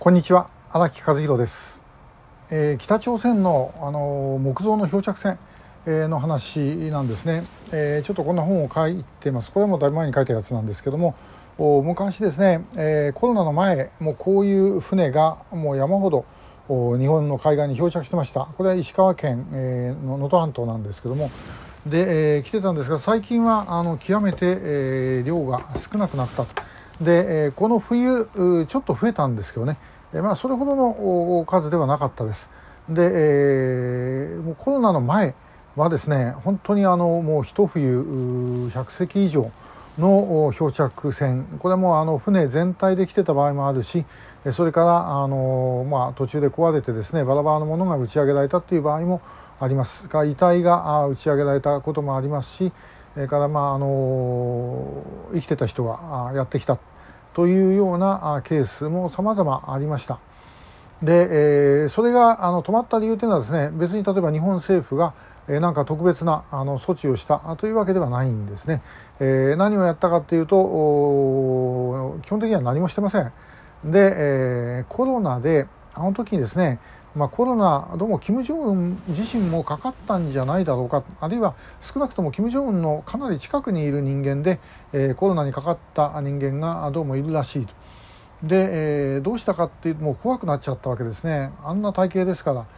こんにちは、荒木和弘です。北朝鮮の、木造の漂着船、の話なんですね。ちょっとこんな本を書いてます。これもだいぶ前に書いたやつなんですけども、昔ですね、コロナの前もうこういう船がもう山ほど日本の海岸に漂着してました。これは石川県、の能登半島なんですけども、で、来てたんですが、最近は極めて、量が少なくなったと。で、この冬ちょっと増えたんですけどね、それほどの数ではなかったです。で、もうコロナの前はですね、本当にもう一冬100隻以上の漂着船、これも船全体で来てた場合もあるし、それから途中で壊れてですね、バラバラのものが打ち上げられたっていう場合もあります。遺体が打ち上げられたこともありますし、それから生きてた人がやってきたというようなケースも様々ありました。で、それが止まった理由というのはですね、別に例えば日本政府がなんか特別な措置をしたというわけではないんですね。何をやったかというと、基本的には何もしてません。で、コロナで時にですね、コロナどうも金正恩自身もかかったんじゃないだろうか、あるいは少なくとも金正恩のかなり近くにいる人間で、コロナにかかった人間がどうもいるらしいと。で、どうしたかっていうと、もう怖くなっちゃったわけですね。あんな体型ですから、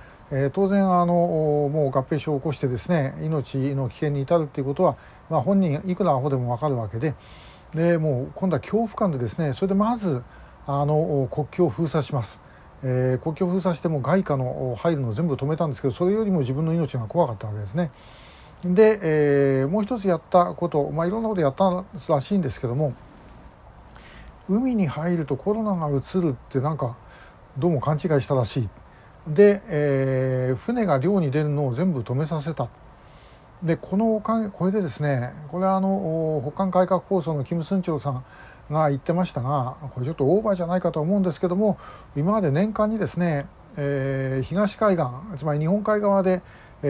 当然もう合併症を起こしてですね、命の危険に至るっていうことは、本人いくらアホでも分かるわけで、もう今度は恐怖感でですね、それでまず国境を封鎖します。国境を封鎖しても外貨の入るのを全部止めたんですけど、それよりも自分の命が怖かったわけですね。で、もう一つやったこと、いろんなことやったらしいんですけども、海に入るとコロナがうつるってなんかどうも勘違いしたらしい。で、船が漁に出るのを全部止めさせた。で、これでですね、これは北韓改革構想のキム・スンチョルさんが言ってましたが、これちょっとオーバーじゃないかと思うんですけども、今まで年間にですね、東海岸、つまり日本海側で、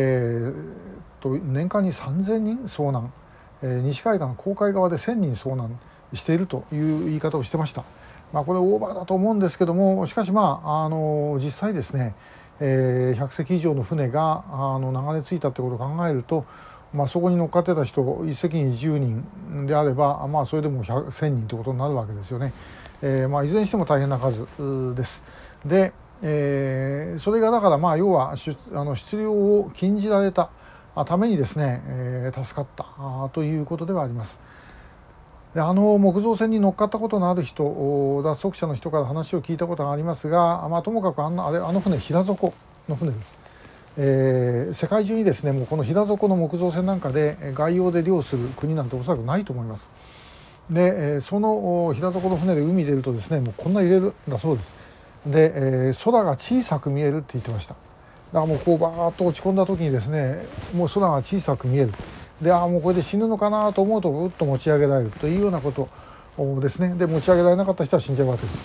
年間に3000人遭難、西海岸黄海側で1000人遭難しているという言い方をしてました。これオーバーだと思うんですけども、しかし実際ですね、100隻以上の船が流れ着いたということを考えると、そこに乗っかってた人1隻に10人であれば、それでも1000人ということになるわけですよね。いずれにしても大変な数です。で、それがだから要は出漁を禁じられたためにですね、助かったということではあります。で、木造船に乗っかったことのある人、脱足者の人から話を聞いたことがありますが、ともかくあの船平底の船です。世界中にですね、もうこの平底の木造船なんかで外洋で漁する国なんておそらくないと思います。で、その平底の船で海に出るとですね、もうこんな入れるんだそうです。で、空が小さく見えるって言ってました。だからもうこうバーッと落ち込んだ時にですね、もう空が小さく見える。で、もうこれで死ぬのかなと思うとぐっと持ち上げられるというようなことですね。で、持ち上げられなかった人は死んじゃうわけです。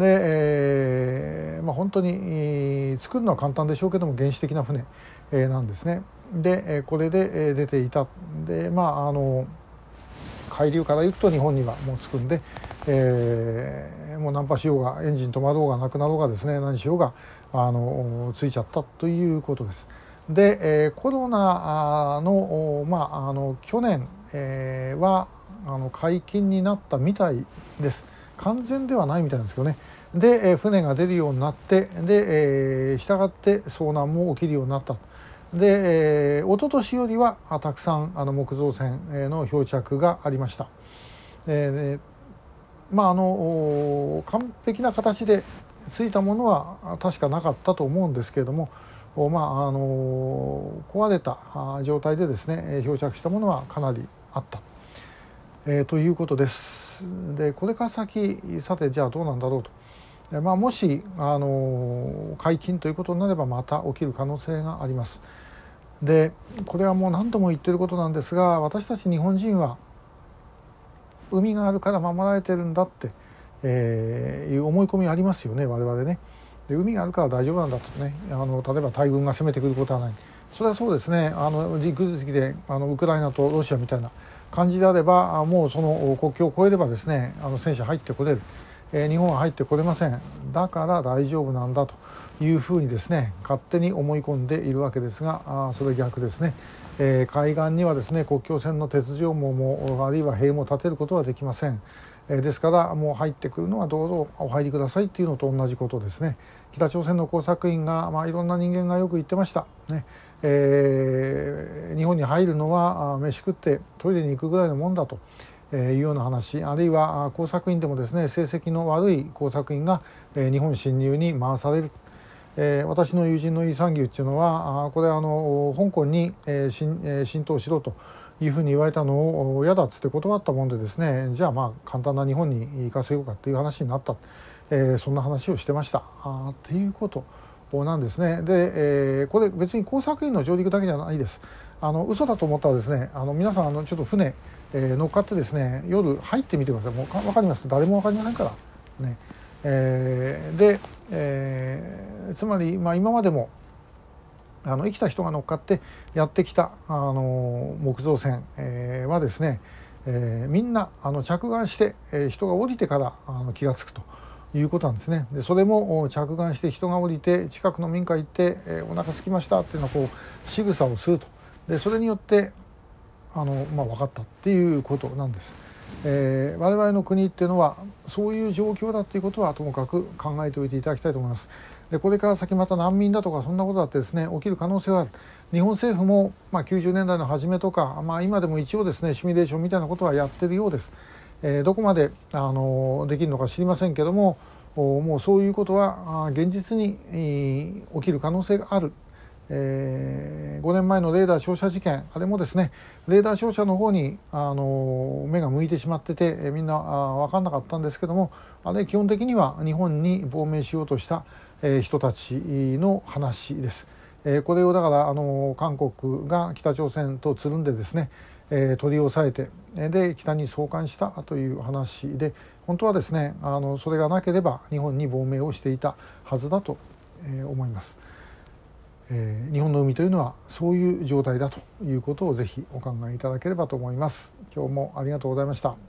で、本当に作るのは簡単でしょうけども原始的な船、なんですね。で、これで出ていた。で、海流から行くと日本にはもう着くんで、もうナンパしようがエンジン止まろうがなくなろうがですね、何しようが着いちゃったということです。で、コロナの、去年、は解禁になったみたいです。完全ではないみたいなんですけどね。で、船が出るようになって、で、従って遭難も起きるようになった。で、一昨年よりはたくさん木造船の漂着がありました。完璧な形でついたものは確かなかったと思うんですけれども、壊れた状態でですね漂着したものはかなりあった、ということです。で、これから先さてじゃあどうなんだろうと、もし解禁ということになればまた起きる可能性があります。で、これはもう何度も言ってることなんですが、私たち日本人は海があるから守られてるんだって、いう思い込みありますよね、我々ね。で、海があるから大丈夫なんだとね、例えば大軍が攻めてくることはない。それはそうですね。陸続きでウクライナとロシアみたいな感じであれば、もうその国境を越えればですね、戦車入ってこれる。 日本は入ってこれません、だから大丈夫なんだというふうにですね勝手に思い込んでいるわけですが、それ逆ですね。海岸にはですね国境線の鉄条網もあるいは塀も建てることはできません。ですからもう入ってくるのはどうぞお入りくださいっていうのと同じことですね。北朝鮮の工作員が、いろんな人間がよく言ってましたね。日本に入るのは飯食ってトイレに行くぐらいのもんだというような話、あるいは工作員でもですね成績の悪い工作員が日本侵入に回される。私の友人のイ・サンギュっていうのはこれ香港に浸透しろというふうに言われたのを嫌だっつって断ったもんでですね、じゃあ簡単な日本に行かせようかという話になった、そんな話をしてましたっていうことなんですね。で、これ別に工作員の上陸だけじゃないです。嘘だと思ったらですね皆さんちょっと船、乗っかってですね夜入ってみてください。もう分かります。誰も分かりませんからね。で、つまり、今までも生きた人が乗っかってやってきた木造船、はですね、みんな着岸して、人が降りてから気が付くということなんですね。でそれも着岸して人が降りて近くの民家行って、お腹空きましたっていうのをこう仕草をすると。でそれによって分かったっていうことなんです。我々の国っていうのはそういう状況だということはともかく考えておいていただきたいと思います。でこれから先また難民だとかそんなことだってですね起きる可能性がある。日本政府も、90年代の初めとか、今でも一応ですねシミュレーションみたいなことはやってるようです。どこまでできるのか知りませんけども、もうそういうことは現実に起きる可能性がある。5年前のレーダー照射事件、あれもですねレーダー照射の方に目が向いてしまってて、みんな分かんなかったんですけども、あれ基本的には日本に亡命しようとした、人たちの話です。これをだから韓国が北朝鮮とつるんでですね、取り押さえてで北に送還したという話で、本当はですねそれがなければ日本に亡命をしていたはずだと思います。日本の海というのはそういう状態だということをぜひお考えいただければと思います。今日もありがとうございました。